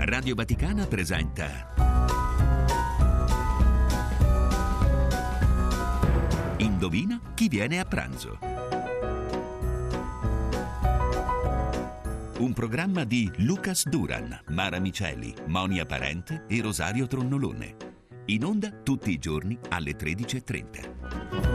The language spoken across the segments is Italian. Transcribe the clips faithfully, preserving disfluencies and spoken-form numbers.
Radio Vaticana presenta Indovina chi viene a pranzo. Un programma di Lucas Duran, Mara Miceli, Monia Parente e Rosario Tronnolone. In onda tutti i giorni alle tredici e trenta.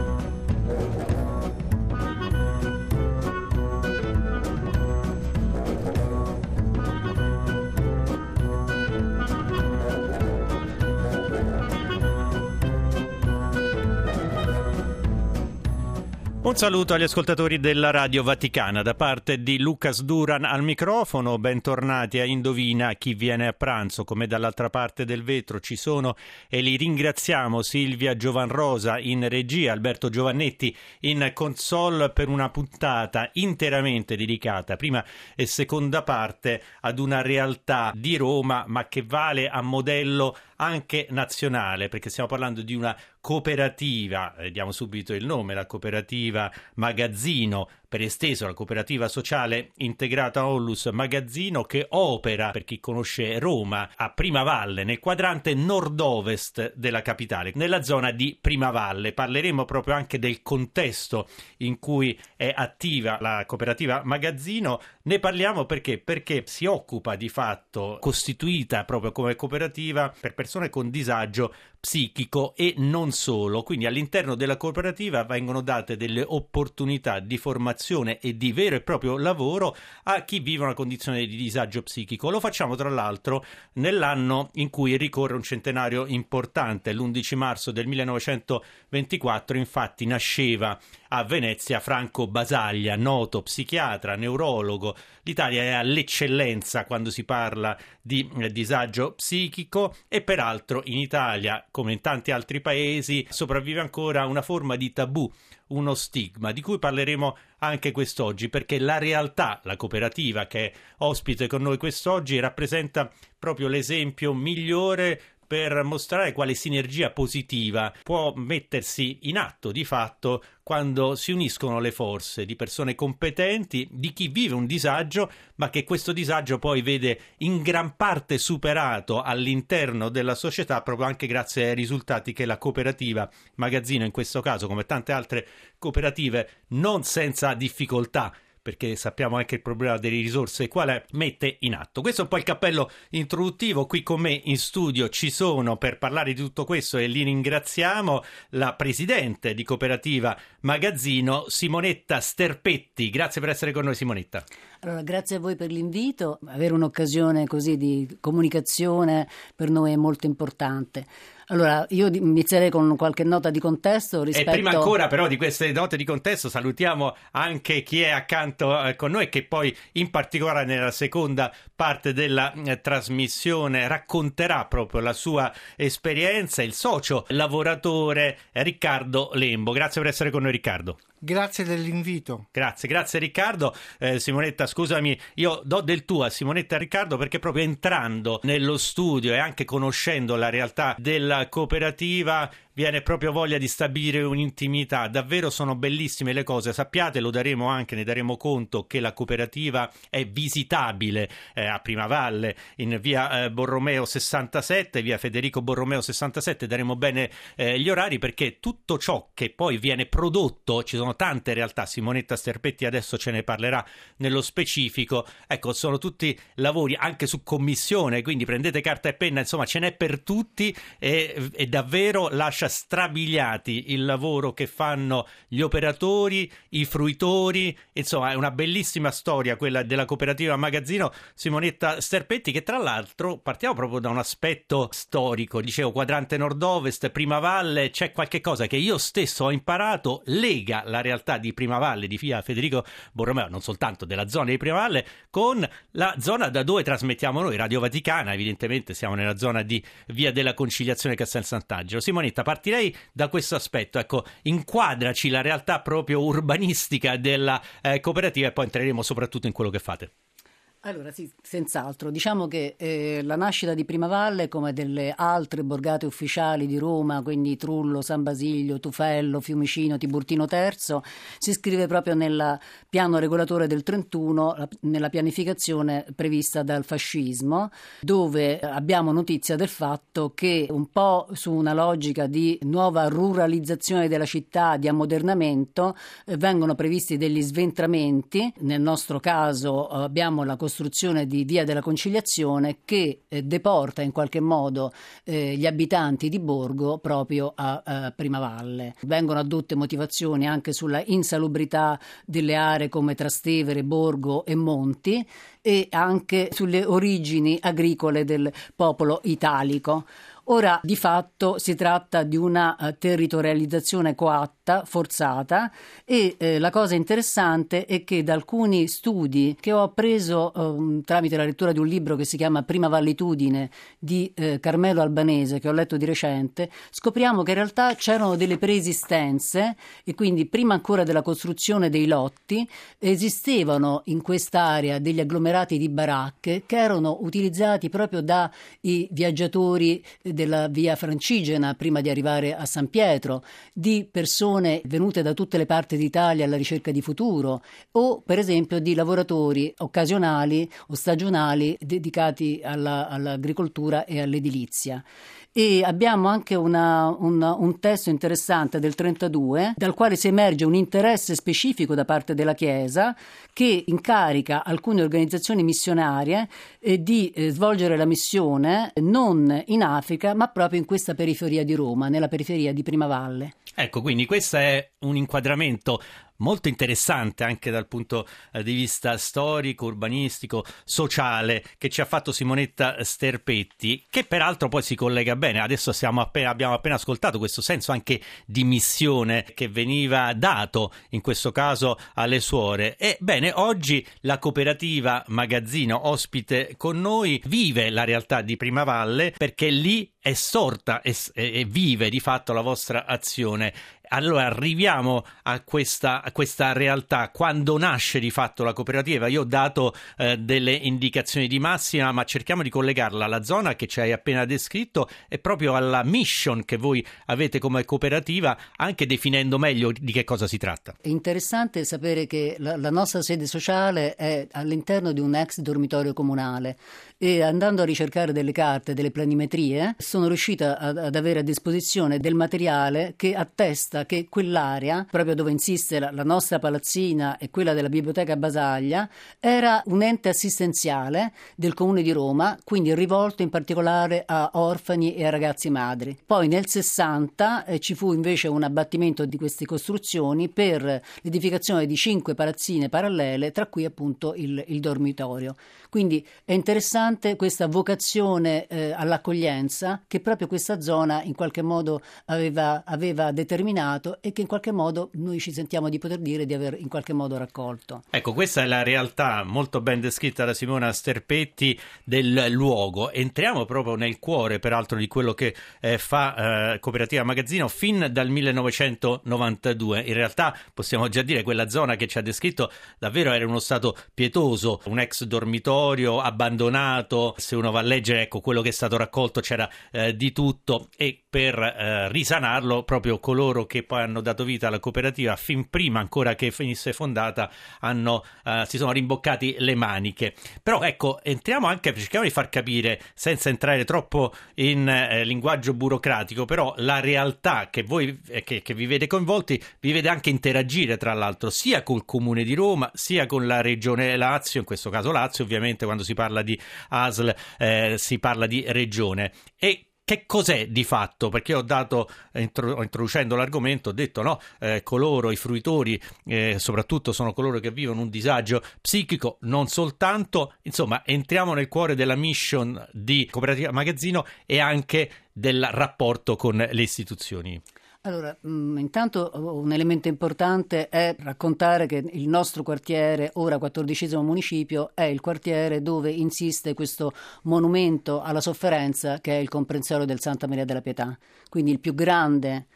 Un saluto agli ascoltatori della Radio Vaticana da parte di Lucas Duran al microfono. Bentornati a Indovina chi viene a pranzo. Come dall'altra parte del vetro ci sono e li ringraziamo Silvia Giovanrosa in regia, Alberto Giovannetti in console per una puntata interamente dedicata, prima e seconda parte, ad una realtà di Roma ma che vale a modello anche nazionale, perché stiamo parlando di una cooperativa, eh, diamo subito il nome, la cooperativa Magazzino, per esteso la cooperativa sociale integrata Onlus Magazzino, che opera, per chi conosce Roma, a Primavalle, nel quadrante nord-ovest della capitale, nella zona di Primavalle. Parleremo proprio anche del contesto in cui è attiva la cooperativa Magazzino. Ne parliamo perché? Perché si occupa di fatto, costituita proprio come cooperativa per persone con disagio psichico e non solo. Quindi all'interno della cooperativa vengono date delle opportunità di formazione e di vero e proprio lavoro a chi vive una condizione di disagio psichico. Lo facciamo tra l'altro nell'anno in cui ricorre un centenario importante, l'undici marzo del millenovecentoventiquattro. Infatti nasceva a Venezia Franco Basaglia, noto psichiatra, neurologo. L'Italia è all'eccellenza quando si parla di eh, disagio psichico e peraltro in Italia, come in tanti altri paesi, sopravvive ancora una forma di tabù, uno stigma, di cui parleremo anche quest'oggi, perché la realtà, la cooperativa che è ospite con noi quest'oggi, rappresenta proprio l'esempio migliore per mostrare quale sinergia positiva può mettersi in atto di fatto quando si uniscono le forze di persone competenti, di chi vive un disagio, ma che questo disagio poi vede in gran parte superato all'interno della società proprio anche grazie ai risultati che la cooperativa Magazzino, in questo caso come tante altre cooperative, non senza difficoltà, perché sappiamo anche il problema delle risorse qual è, mette in atto. Questo è un po' il cappello introduttivo. Qui con me in studio ci sono, per parlare di tutto questo, e li ringraziamo, la presidente di cooperativa Magazzino, Simonetta Sterpetti. Grazie per essere con noi, Simonetta. Allora, grazie a voi per l'invito. Avere un'occasione così di comunicazione per noi è molto importante. Allora, io inizierei con qualche nota di contesto rispetto... E prima ancora però di queste note di contesto salutiamo anche chi è accanto eh, con noi, che poi in particolare nella seconda parte della eh, trasmissione racconterà proprio la sua esperienza, il socio lavoratore Riccardo Lembo. Grazie per essere con noi, Riccardo. Grazie dell'invito. Grazie, grazie Riccardo. Eh, Simonetta, scusami, io do del tuo a Simonetta e Riccardo perché proprio entrando nello studio e anche conoscendo la realtà della cooperativa viene proprio voglia di stabilire un'intimità. Davvero sono bellissime le cose. Sappiate, lo daremo anche, ne daremo conto, che la cooperativa è visitabile eh, a Primavalle, in via eh, Borromeo sessantasette, via Federico Borromeo sessantasette. Daremo bene eh, gli orari, perché tutto ciò che poi viene prodotto, ci sono tante realtà, Simonetta Sterpetti adesso ce ne parlerà nello specifico, ecco, sono tutti lavori anche su commissione, quindi prendete carta e penna, insomma ce n'è per tutti e, e davvero lascia strabiliati il lavoro che fanno gli operatori, i fruitori. Insomma è una bellissima storia quella della cooperativa Magazzino, Simonetta Sterpetti, che tra l'altro partiamo proprio da un aspetto storico. Dicevo quadrante nord-ovest, Primavalle, c'è qualche cosa che io stesso ho imparato, lega la realtà di Primavalle, di via Federico Borromeo, non soltanto della zona di Primavalle, con la zona da dove trasmettiamo noi, Radio Vaticana. Evidentemente siamo nella zona di via della Conciliazione, Castel Sant'Angelo. Simonetta, partirei da questo aspetto, ecco, inquadraci la realtà proprio urbanistica della eh, cooperativa e poi entreremo soprattutto in quello che fate. Allora sì, senz'altro. Diciamo che eh, la nascita di Primavalle, come delle altre borgate ufficiali di Roma, quindi Trullo, San Basilio, Tufello, Fiumicino, Tiburtino terzo, si iscrive proprio nel piano regolatore del trentuno, la, nella pianificazione prevista dal fascismo, dove abbiamo notizia del fatto che un po' su una logica di nuova ruralizzazione della città, di ammodernamento, eh, vengono previsti degli sventramenti. Nel nostro caso eh, abbiamo la costruzione costruzione di Via della Conciliazione che eh, deporta in qualche modo eh, gli abitanti di Borgo proprio a, a Primavalle. Vengono addotte motivazioni anche sulla insalubrità delle aree come Trastevere, Borgo e Monti e anche sulle origini agricole del popolo italico. Ora, di fatto, si tratta di una uh, territorializzazione coatta, forzata, e eh, la cosa interessante è che da alcuni studi che ho appreso um, tramite la lettura di un libro che si chiama Prima Vallitudine di eh, Carmelo Albanese, che ho letto di recente, scopriamo che in realtà c'erano delle preesistenze e quindi prima ancora della costruzione dei lotti esistevano in quest'area degli agglomerati di baracche che erano utilizzati proprio dai viaggiatori della via Francigena prima di arrivare a San Pietro, di persone venute da tutte le parti d'Italia alla ricerca di futuro o per esempio di lavoratori occasionali o stagionali dedicati alla, all'agricoltura e all'edilizia. E abbiamo anche una, una, un testo interessante del trentadue dal quale si emerge un interesse specifico da parte della Chiesa che incarica alcune organizzazioni missionarie eh, di eh, svolgere la missione non in Africa ma proprio in questa periferia di Roma, nella periferia di Primavalle. Ecco, quindi questo è un inquadramento molto interessante anche dal punto di vista storico, urbanistico, sociale, che ci ha fatto Simonetta Sterpetti, che peraltro poi si collega bene. Adesso siamo appena, abbiamo appena ascoltato questo senso anche di missione che veniva dato in questo caso alle suore. E bene, oggi la cooperativa Magazzino, ospite con noi, vive la realtà di Primavalle perché lì è sorta e, e vive di fatto la vostra azione. Allora arriviamo a questa, a questa realtà. Quando nasce di fatto la cooperativa? Io ho dato eh, delle indicazioni di massima, ma cerchiamo di collegarla alla zona che ci hai appena descritto e proprio alla mission che voi avete come cooperativa, anche definendo meglio di che cosa si tratta. È interessante sapere che la, la nostra sede sociale è all'interno di un ex dormitorio comunale e andando a ricercare delle carte, delle planimetrie, sono riuscita ad, ad avere a disposizione del materiale che attesta che quell'area, proprio dove insiste la, la nostra palazzina e quella della Biblioteca Basaglia, era un ente assistenziale del Comune di Roma, quindi rivolto in particolare a orfani e a ragazzi madri. Poi nel sessanta eh, ci fu invece un abbattimento di queste costruzioni per l'edificazione di cinque palazzine parallele, tra cui appunto il, il dormitorio. Quindi è interessante questa vocazione eh, all'accoglienza che proprio questa zona in qualche modo aveva, aveva determinato e che in qualche modo noi ci sentiamo di poter dire di aver in qualche modo raccolto. Ecco, questa è la realtà molto ben descritta da Simona Sterpetti del luogo. Entriamo proprio nel cuore, peraltro, di quello che eh, fa eh, Cooperativa Magazzino fin dal millenovecentonovantadue. In realtà possiamo già dire quella zona che ci ha descritto davvero era uno stato pietoso, un ex dormitorio abbandonato. Se uno va a leggere, ecco, quello che è stato raccolto c'era eh, di tutto, e per eh, risanarlo proprio coloro che poi hanno dato vita alla cooperativa fin prima ancora che venisse fondata hanno, eh, si sono rimboccati le maniche. Però ecco, entriamo anche, cerchiamo di far capire senza entrare troppo in eh, linguaggio burocratico, però la realtà che voi eh, che, che vi vede coinvolti vi vede anche interagire tra l'altro sia col Comune di Roma sia con la Regione Lazio, in questo caso Lazio ovviamente quando si parla di A S L eh, si parla di regione. E che cos'è di fatto? Perché ho dato, intro, introducendo l'argomento, ho detto no, eh, coloro, i fruitori, eh, soprattutto sono coloro che vivono un disagio psichico, non soltanto, insomma, entriamo nel cuore della mission di Cooperativa Magazzino e anche del rapporto con le istituzioni. Allora, mh, intanto un elemento importante è raccontare che il nostro quartiere, ora quattordicesimo municipio, è il quartiere dove insiste questo monumento alla sofferenza che è il comprensorio del Santa Maria della Pietà, quindi il più grande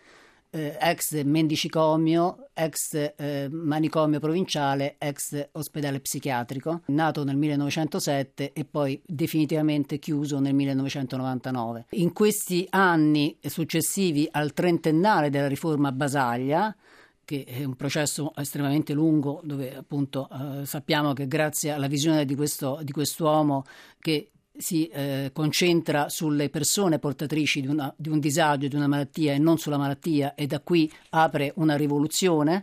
eh, ex mendicicomio, ex eh, manicomio provinciale, ex ospedale psichiatrico, nato nel millenovecentosette e poi definitivamente chiuso nel millenovecentonovantanove. In questi anni successivi al trentennale della riforma Basaglia, che è un processo estremamente lungo, dove appunto eh, sappiamo che grazie alla visione di questo di quest'uomo che si eh, concentra sulle persone portatrici di, una, di un disagio, di una malattia e non sulla malattia, e da qui apre una rivoluzione.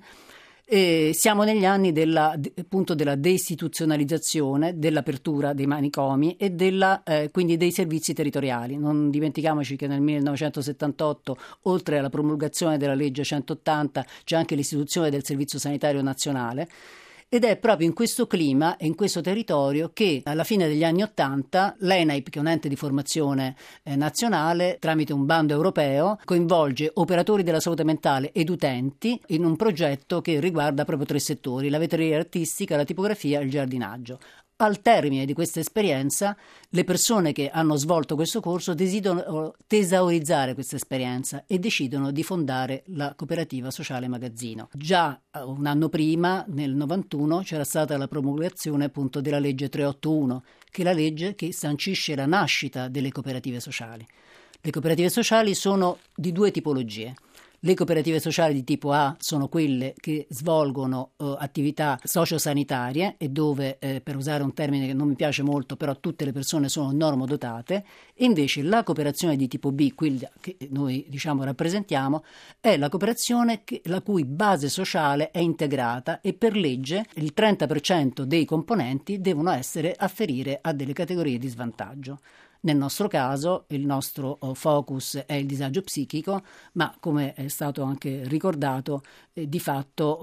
E siamo negli anni della, appunto, della deistituzionalizzazione, dell'apertura dei manicomi e della, eh, quindi dei servizi territoriali. Non dimentichiamoci che nel millenovecentosettantotto, oltre alla promulgazione della legge centottanta, c'è anche l'istituzione del Servizio Sanitario Nazionale. Ed è proprio in questo clima e in questo territorio che alla fine degli anni Ottanta l'E N A I P, che è un ente di formazione eh, nazionale, tramite un bando europeo, coinvolge operatori della salute mentale ed utenti in un progetto che riguarda proprio tre settori: la veterinariaria artistica, la tipografia e il giardinaggio. Al termine di questa esperienza, le persone che hanno svolto questo corso desiderano tesaurizzare questa esperienza e decidono di fondare la cooperativa sociale Magazzino. Già un anno prima, nel novantuno, c'era stata la promulgazione appunto della legge trecentottantuno, che è la legge che sancisce la nascita delle cooperative sociali. Le cooperative sociali sono di due tipologie. Le cooperative sociali di tipo A sono quelle che svolgono eh, attività sociosanitarie e dove, eh, per usare un termine che non mi piace molto, però tutte le persone sono normodotate, e invece la cooperazione di tipo B, quella che noi diciamo rappresentiamo, è la cooperazione che, la cui base sociale è integrata, e per legge il trenta per cento dei componenti devono essere afferire a delle categorie di svantaggio. Nel nostro caso il nostro focus è il disagio psichico, ma come è stato anche ricordato, eh, di fatto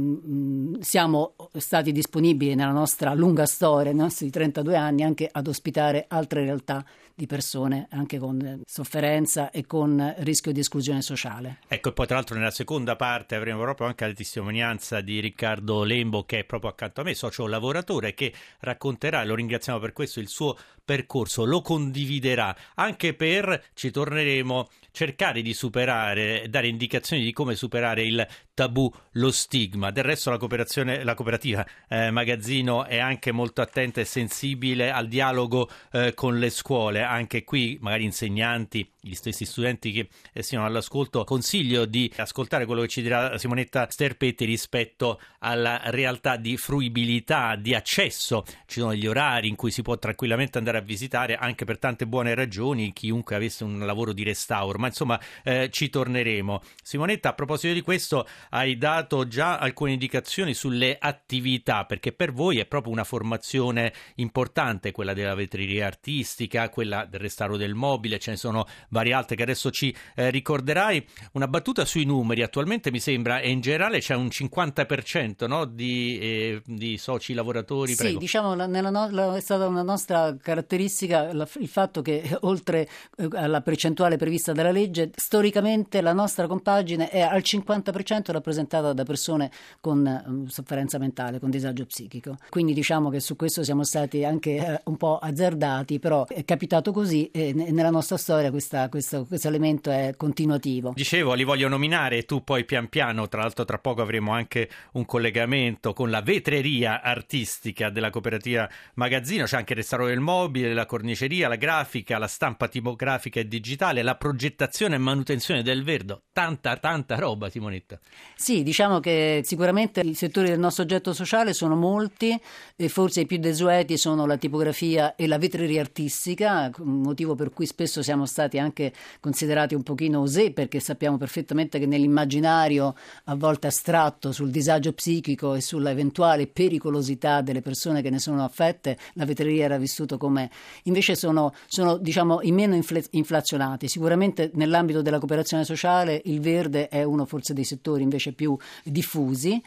um, siamo stati disponibili nella nostra lunga storia, nei nostri trentadue anni, anche ad ospitare altre realtà di persone anche con sofferenza e con rischio di esclusione sociale. Ecco, e poi tra l'altro nella seconda parte avremo proprio anche la testimonianza di Riccardo Lembo, che è proprio accanto a me, socio lavoratore, che racconterà, e lo ringraziamo per questo, il suo percorso, lo condividerà anche per, ci torneremo, cercare di superare, dare indicazioni di come superare il tabù, lo stigma. Del resto la cooperazione, la cooperativa eh, Magazzino è anche molto attenta e sensibile al dialogo eh, con le scuole. Anche qui magari insegnanti, gli stessi studenti che eh, siano all'ascolto, consiglio di ascoltare quello che ci dirà Simonetta Sterpetti rispetto alla realtà di fruibilità, di accesso. Ci sono gli orari in cui si può tranquillamente andare a visitare, anche per tante buone ragioni, chiunque avesse un lavoro di restauro, ma insomma eh, ci torneremo. Simonetta, a proposito di questo, hai dato già alcune indicazioni sulle attività, perché per voi è proprio una formazione importante quella della veterinariaria artistica, quella del restauro del mobile, ce ne sono varie altre che adesso ci eh, ricorderai. Una battuta sui numeri: attualmente mi sembra, e in generale c'è un cinquanta per cento, no, di, eh, di soci lavoratori. Sì, prego. diciamo la, nella no, la, è stata una nostra caratteristica la, il fatto che eh, oltre eh, alla percentuale prevista dalla legge, storicamente la nostra compagine è al cinquanta per cento rappresentata da persone con eh, sofferenza mentale, con disagio psichico. Quindi diciamo che su questo siamo stati anche eh, un po' azzardati, però è capitato così, e n- nella nostra storia questa, questo, questo elemento è continuativo. Dicevo, li voglio nominare, e tu poi pian piano, tra l'altro tra poco avremo anche un collegamento con la vetreria artistica della cooperativa Magazzino. C'è anche il restauro del mobile, la corniceria, la grafica, la stampa tipografica e digitale, la progettazione e manutenzione del verdo. Tanta, tanta roba, Simonetta. Sì, diciamo che sicuramente i settori del nostro oggetto sociale sono molti, e forse i più desueti sono la tipografia e la vetreria artistica, un motivo per cui spesso siamo stati anche considerati un pochino osé, perché sappiamo perfettamente che nell'immaginario a volte astratto sul disagio psichico e sulla eventuale pericolosità delle persone che ne sono affette, la vetreria era vissuto come, invece sono, sono diciamo i meno infl- inflazionati. Sicuramente nell'ambito della cooperazione sociale il verde è uno forse dei settori invece più diffusi,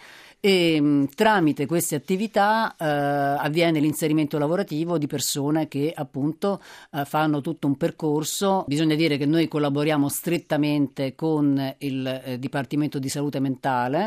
e mh, tramite queste attività eh, avviene l'inserimento lavorativo di persone che appunto eh, fanno tutto un percorso. Bisogna dire che noi collaboriamo strettamente con il eh, Dipartimento di Salute Mentale,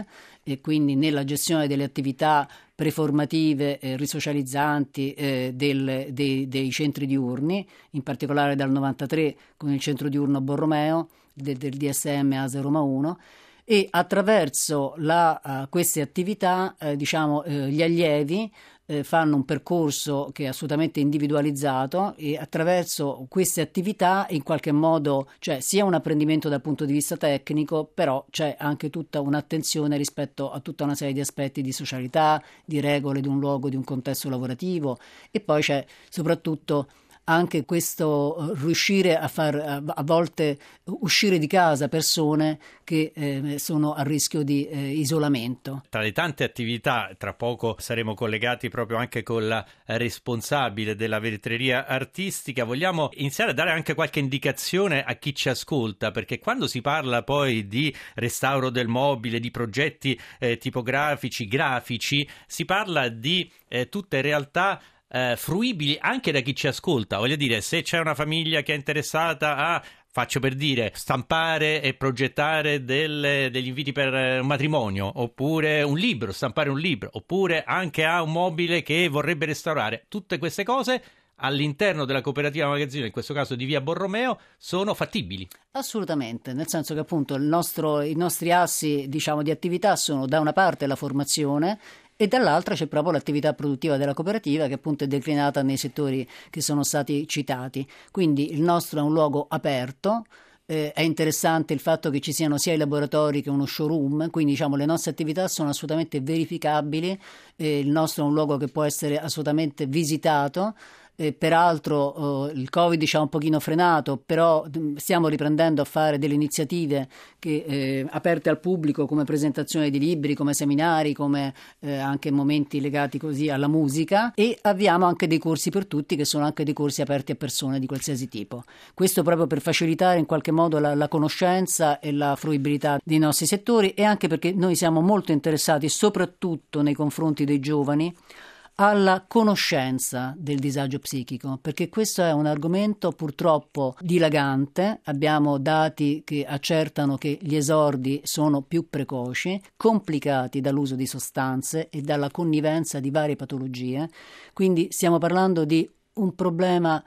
e quindi nella gestione delle attività preformative, eh, risocializzanti eh, del, dei, dei centri diurni, in particolare dal novantatré con il centro diurno Borromeo de, del D S M A S Roma uno, e attraverso la, uh, queste attività eh, diciamo eh, gli allievi eh, fanno un percorso che è assolutamente individualizzato, e attraverso queste attività in qualche modo c'è sia un apprendimento dal punto di vista tecnico, però c'è anche tutta un'attenzione rispetto a tutta una serie di aspetti di socialità, di regole di un luogo, di un contesto lavorativo, e poi c'è soprattutto anche questo riuscire a far a volte uscire di casa persone che eh, sono a rischio di eh, isolamento. Tra le tante attività, tra poco saremo collegati proprio anche con la responsabile della vetreria artistica, vogliamo iniziare a dare anche qualche indicazione a chi ci ascolta, perché quando si parla poi di restauro del mobile, di progetti eh, tipografici, grafici, si parla di eh, tutte realtà Eh, fruibili anche da chi ci ascolta. Voglio dire, se c'è una famiglia che è interessata a, faccio per dire, stampare e progettare delle, degli inviti per un matrimonio, oppure un libro, stampare un libro, oppure anche a un mobile che vorrebbe restaurare, tutte queste cose all'interno della cooperativa Magazzino, in questo caso di via Borromeo, sono fattibili. Assolutamente, nel senso che appunto il nostro, i nostri assi, diciamo, di attività sono da una parte la formazione e dall'altra c'è proprio l'attività produttiva della cooperativa, che appunto è declinata nei settori che sono stati citati. Quindi il nostro è un luogo aperto. Eh, è interessante il fatto che ci siano sia i laboratori che uno showroom, quindi diciamo le nostre attività sono assolutamente verificabili, eh, il nostro è un luogo che può essere assolutamente visitato. Eh, peraltro eh, il Covid ci ha un pochino frenato, però mh, stiamo riprendendo a fare delle iniziative che, eh, aperte al pubblico, come presentazione di libri, come seminari, come eh, anche momenti legati così alla musica, e abbiamo anche dei corsi per tutti, che sono anche dei corsi aperti a persone di qualsiasi tipo. Questo proprio per facilitare in qualche modo la, la conoscenza e la fruibilità dei nostri settori, e anche perché noi siamo molto interessati, soprattutto nei confronti dei giovani, alla conoscenza del disagio psichico, perché questo è un argomento purtroppo dilagante. Abbiamo dati che accertano che gli esordi sono più precoci, complicati dall'uso di sostanze e dalla connivenza di varie patologie, quindi stiamo parlando di un problema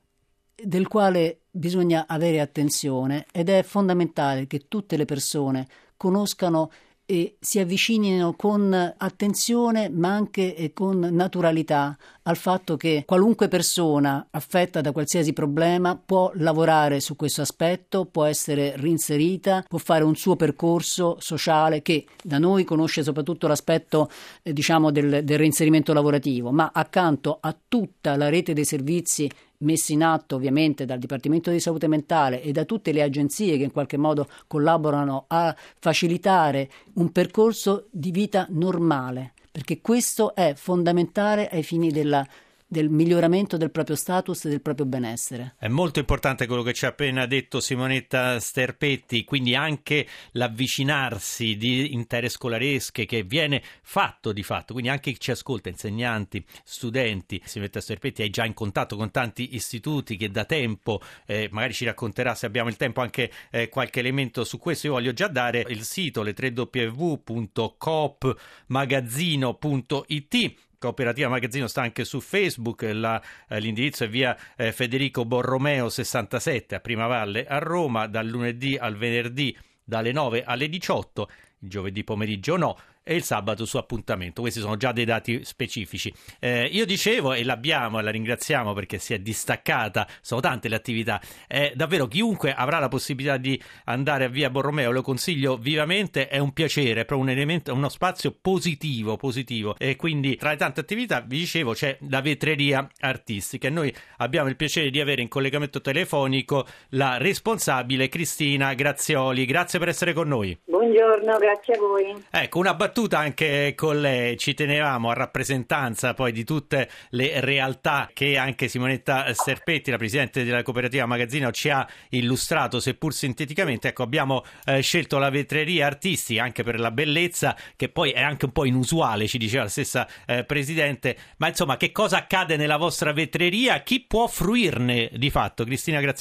del quale bisogna avere attenzione, ed è fondamentale che tutte le persone conoscano e si avvicinino con attenzione, ma anche con naturalità, al fatto che qualunque persona affetta da qualsiasi problema può lavorare su questo aspetto, può essere reinserita, può fare un suo percorso sociale, che da noi conosce soprattutto l'aspetto eh, diciamo del, del reinserimento lavorativo, ma accanto a tutta la rete dei servizi messi in atto ovviamente dal Dipartimento di Salute Mentale e da tutte le agenzie che in qualche modo collaborano a facilitare un percorso di vita normale, perché questo è fondamentale ai fini della del miglioramento del proprio status e del proprio benessere. È molto importante quello che ci ha appena detto Simonetta Sterpetti, quindi anche l'avvicinarsi di intere scolaresche che viene fatto di fatto, quindi anche chi ci ascolta, insegnanti, studenti. Simonetta Sterpetti è già in contatto con tanti istituti che da tempo, eh, magari ci racconterà, se abbiamo il tempo, anche eh, qualche elemento su questo. Io voglio già dare il sito, le w w w punto coop magazzino punto i t. Cooperativa Magazzino sta anche su Facebook, la, eh, l'indirizzo è via eh, Federico Borromeo sessantasette a Primavalle a Roma, dal lunedì al venerdì dalle nove alle diciotto, il giovedì pomeriggio no, e il sabato su appuntamento. Questi sono già dei dati specifici. Eh, io dicevo, e l'abbiamo, e la ringraziamo perché si è distaccata, sono tante le attività, eh, davvero chiunque avrà la possibilità di andare a via Borromeo, lo consiglio vivamente, è un piacere, è proprio un elemento, uno spazio positivo, positivo, e quindi tra le tante attività, vi dicevo, c'è la vetreria artistica, e noi abbiamo il piacere di avere in collegamento telefonico la responsabile Cristina Grazioli. Grazie per essere con noi. Buongiorno, grazie a voi. Ecco, una battuta anche con lei, ci tenevamo a rappresentanza poi di tutte le realtà che anche Simonetta Sterpetti, la presidente della cooperativa Magazzino, ci ha illustrato, seppur sinteticamente. Ecco, abbiamo eh, scelto la vetreria artistica anche per la bellezza, che poi è anche un po' inusuale, ci diceva la stessa eh, presidente, ma insomma, che cosa accade nella vostra vetreria? Chi può fruirne di fatto? Cristina Grazioli.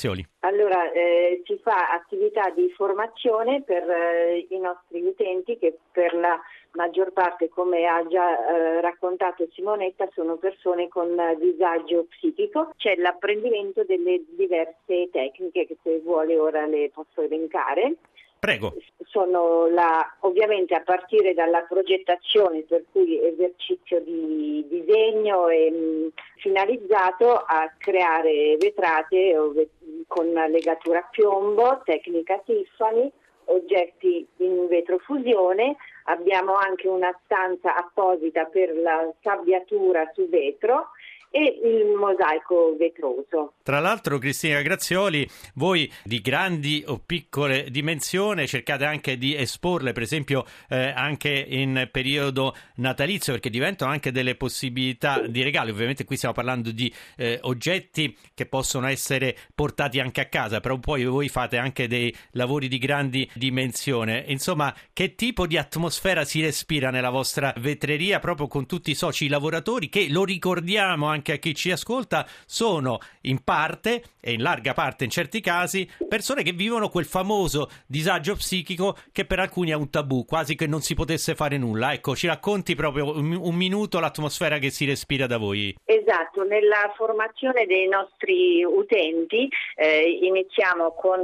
Allora, eh, si fa attività di formazione per eh, i nostri utenti che per la maggior parte, come ha già eh, raccontato Simonetta, sono persone con eh, disagio psichico. C'è l'apprendimento delle diverse tecniche che, se vuole, ora le posso elencare. Prego. Sono la, ovviamente a partire dalla progettazione, per cui esercizio di disegno e, mh, finalizzato a creare vetrate o vet- con legatura a piombo, tecnica Tiffany, oggetti in vetrofusione. Abbiamo anche una stanza apposita per la sabbiatura su vetro e il mosaico vetroso. Tra l'altro, Cristina Grazioli, voi di grandi o piccole dimensioni cercate anche di esporle, per esempio eh, anche in periodo natalizio, perché diventano anche delle possibilità di regalo. Ovviamente qui stiamo parlando di eh, oggetti che possono essere portati anche a casa, però poi voi fate anche dei lavori di grandi dimensione. Insomma, che tipo di atmosfera si respira nella vostra vetreria, proprio con tutti i soci lavoratori che, lo ricordiamo anche a chi ci ascolta, sono in parte e in larga parte in certi casi persone che vivono quel famoso disagio psichico che per alcuni è un tabù, quasi che non si potesse fare nulla. Ecco, ci racconti proprio un, un minuto l'atmosfera che si respira da voi. Esatto, nella formazione dei nostri utenti eh, iniziamo con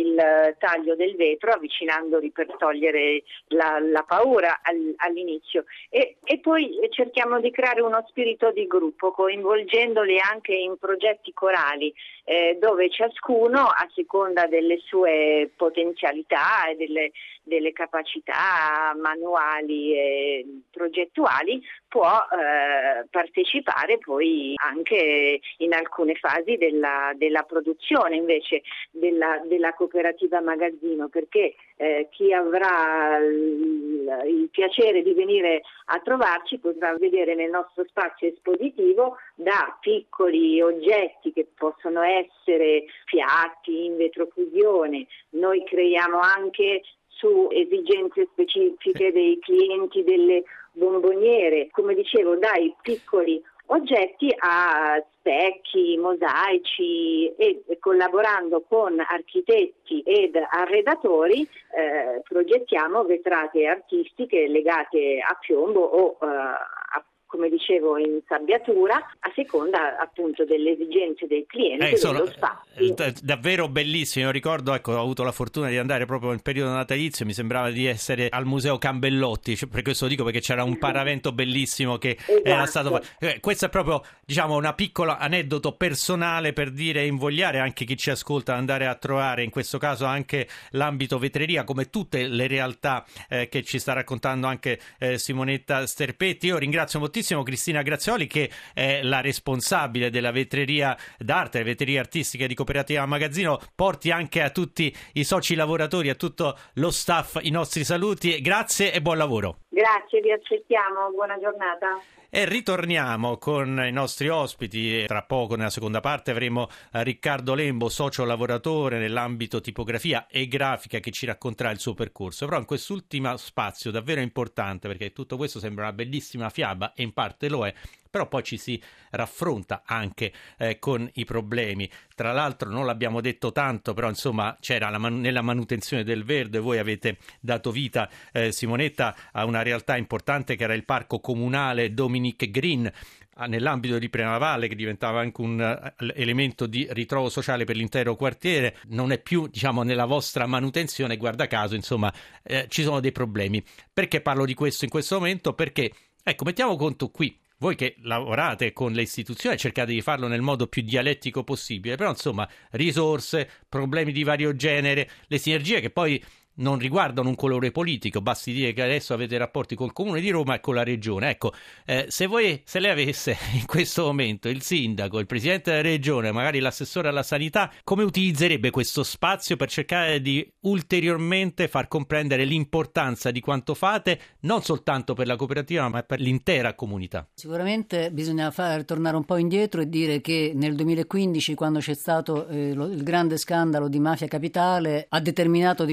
il taglio del vetro, avvicinandoli per togliere la, la paura al, all'inizio e, e poi cerchiamo di creare uno spirito di gruppo, coinvolgendoli anche in progetti corali eh, dove ciascuno, a seconda delle sue potenzialità e delle, delle capacità manuali e progettuali, può eh, partecipare poi anche in alcune fasi della, della produzione invece della, della cooperativa magazzino, perché eh, chi avrà il, il piacere di venire a trovarci potrà vedere nel nostro spazio espositivo da piccoli oggetti che possono essere piatti in vetrofusione. Noi creiamo anche su esigenze specifiche dei clienti delle bomboniere, come dicevo, dai piccoli oggetti a specchi, mosaici e, e collaborando con architetti ed arredatori eh, progettiamo vetrate artistiche legate a piombo o eh, a, come dicevo, in sabbiatura, a seconda appunto delle esigenze del cliente e eh, sono, dello spazio. eh, davvero bellissimo. Io ricordo, ecco, ho avuto la fortuna di andare proprio nel periodo natalizio, mi sembrava di essere al Museo Cambellotti, cioè, per questo dico, perché c'era un paravento bellissimo che esatto. era stato eh, questo è proprio, diciamo, una piccola aneddoto personale per dire, invogliare anche chi ci ascolta ad andare a trovare in questo caso anche l'ambito vetreria, come tutte le realtà eh, che ci sta raccontando anche eh, Simonetta Sterpetti. Io ringrazio moltissimo Cristina Grazioli, che è la responsabile della vetreria d'arte, le vetrerie artistiche di Cooperativa Magazzino. Porti anche a tutti i soci lavoratori, a tutto lo staff, i nostri saluti. Grazie e buon lavoro. Grazie, vi aspettiamo, buona giornata. E ritorniamo con i nostri ospiti. Tra poco, nella seconda parte, avremo Riccardo Lembo, socio lavoratore nell'ambito tipografia e grafica, che ci racconterà il suo percorso. Però in quest'ultimo spazio davvero importante, perché tutto questo sembra una bellissima fiaba e in parte lo è, però poi ci si raffronta anche eh, con i problemi. Tra l'altro non l'abbiamo detto tanto, però insomma c'era la man- nella manutenzione del verde, voi avete dato vita, eh, Simonetta, a una realtà importante che era il parco comunale Dominic Green, nell'ambito di Primavalle, che diventava anche un uh, elemento di ritrovo sociale per l'intero quartiere. Non è più, diciamo, nella vostra manutenzione, guarda caso, insomma eh, ci sono dei problemi. Perché parlo di questo in questo momento? Perché, ecco, mettiamo conto qui, voi che lavorate con le istituzioni cercate di farlo nel modo più dialettico possibile, però insomma risorse, problemi di vario genere, le sinergie che poi non riguardano un colore politico, basti dire che adesso avete rapporti col Comune di Roma e con la Regione. Ecco, eh, se voi, se lei avesse in questo momento il sindaco, il presidente della Regione, magari l'assessore alla sanità, come utilizzerebbe questo spazio per cercare di ulteriormente far comprendere l'importanza di quanto fate, non soltanto per la cooperativa ma per l'intera comunità? Sicuramente bisogna far tornare un po' indietro e dire che nel duemilaquindici, quando c'è stato eh, lo, il grande scandalo di Mafia Capitale, ha determinato, diciamo,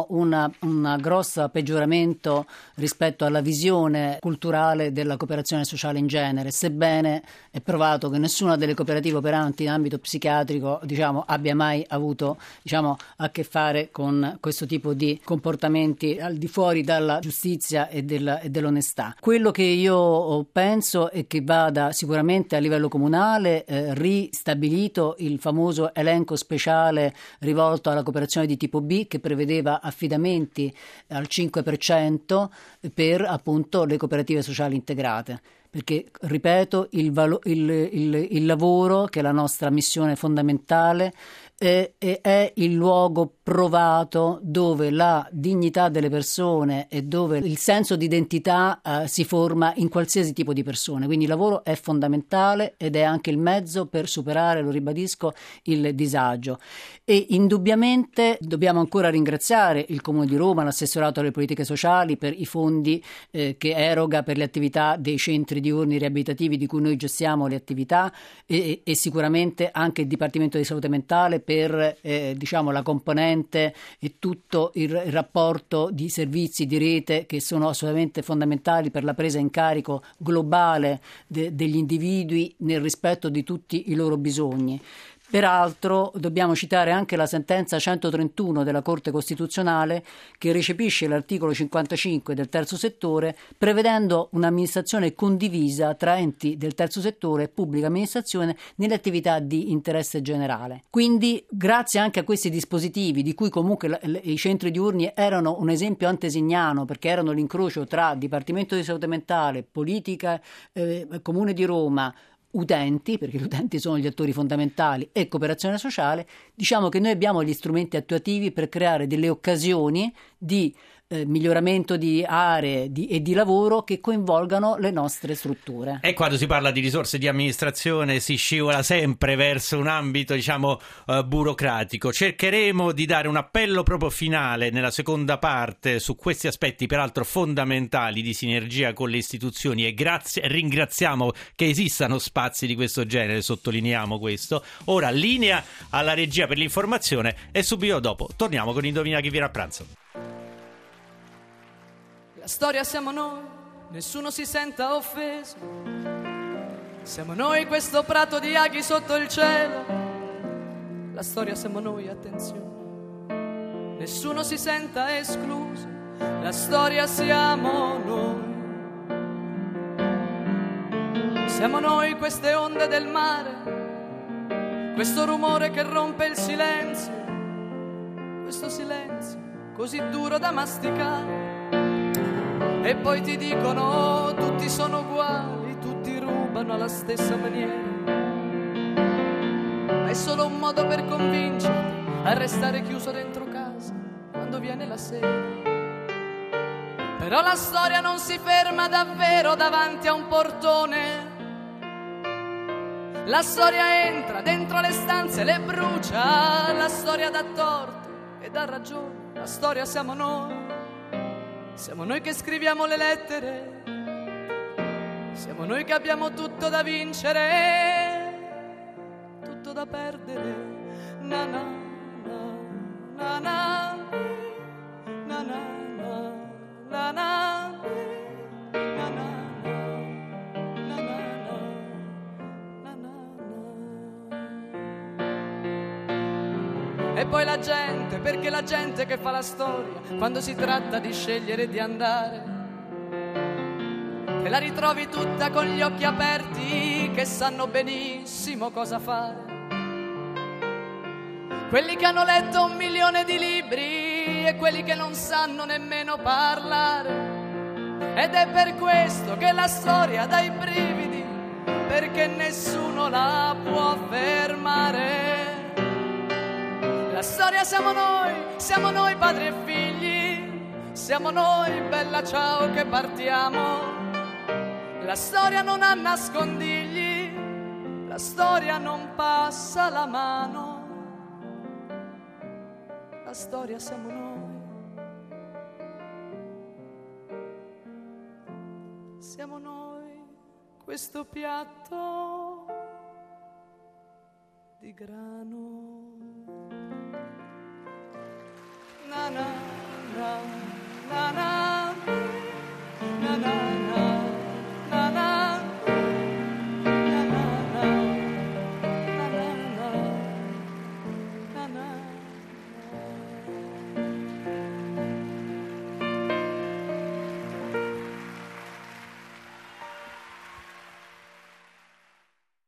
diciamo una, una grossa peggioramento rispetto alla visione culturale della cooperazione sociale in genere, sebbene è provato che nessuna delle cooperative operanti in ambito psichiatrico, diciamo, abbia mai avuto, diciamo, a che fare con questo tipo di comportamenti al di fuori dalla giustizia e, della, e dell'onestà. Quello che io penso è che vada sicuramente a livello comunale eh, ristabilito il famoso elenco speciale rivolto alla cooperazione di tipo B, che prevedeva affidamenti al cinque per cento per appunto le cooperative sociali integrate. Perché, ripeto, il, valo- il, il, il lavoro, che è la nostra missione fondamentale, è, è il luogo provato dove la dignità delle persone e dove il senso di identità eh, si forma in qualsiasi tipo di persone. Quindi il lavoro è fondamentale ed è anche il mezzo per superare, lo ribadisco, il disagio. E indubbiamente dobbiamo ancora ringraziare il Comune di Roma, l'assessorato alle politiche sociali, per i fondi eh, che eroga per le attività dei centri diurni riabilitativi di cui noi gestiamo le attività, e, e sicuramente anche il Dipartimento di Salute Mentale per eh, diciamo la componente e tutto il, il rapporto di servizi di rete che sono assolutamente fondamentali per la presa in carico globale de, degli individui nel rispetto di tutti i loro bisogni. Peraltro dobbiamo citare anche la sentenza centotrentuno della Corte Costituzionale, che recepisce l'articolo cinquantacinque del terzo settore, prevedendo un'amministrazione condivisa tra enti del terzo settore e pubblica amministrazione nelle attività di interesse generale. Quindi, grazie anche a questi dispositivi, di cui comunque l- l- i centri diurni erano un esempio antesignano, perché erano l'incrocio tra Dipartimento di Salute Mentale, politica, eh, Comune di Roma, utenti, perché gli utenti sono gli attori fondamentali, e cooperazione sociale, diciamo che noi abbiamo gli strumenti attuativi per creare delle occasioni di eh, miglioramento di aree di, e di lavoro che coinvolgano le nostre strutture. E quando si parla di risorse di amministrazione si scivola sempre verso un ambito, diciamo, eh, burocratico. Cercheremo di dare un appello proprio finale nella seconda parte su questi aspetti, peraltro fondamentali, di sinergia con le istituzioni, e grazie, ringraziamo che esistano spazi di questo genere, sottolineiamo questo. Ora linea alla regia per l'informazione e subito dopo torniamo con Indovina chi viene a pranzo. La storia siamo noi, nessuno si senta offeso. Siamo noi questo prato di aghi sotto il cielo. La storia siamo noi, attenzione, nessuno si senta escluso. La storia siamo noi. Siamo noi queste onde del mare, questo rumore che rompe il silenzio, questo silenzio così duro da masticare. E poi ti dicono tutti sono uguali, tutti rubano alla stessa maniera. Ma è solo un modo per convincerti a restare chiuso dentro casa quando viene la sera. Però la storia non si ferma davvero davanti a un portone. La storia entra dentro le stanze, le brucia. La storia dà torto e dà ragione. La storia siamo noi. Siamo noi che scriviamo le lettere, siamo noi che abbiamo tutto da vincere, tutto da perdere. Na na na na na na na na na na. E poi la gente, perché la gente che fa la storia, quando si tratta di scegliere di andare, te la ritrovi tutta con gli occhi aperti, che sanno benissimo cosa fare. Quelli che hanno letto un milione di libri e quelli che non sanno nemmeno parlare. Ed è per questo che la storia dà i brividi, perché nessuno la può fermare. La storia siamo noi, siamo noi padri e figli, siamo noi, bella ciao che partiamo. La storia non ha nascondigli, la storia non passa la mano. La storia siamo noi, siamo noi, questo piatto di grano.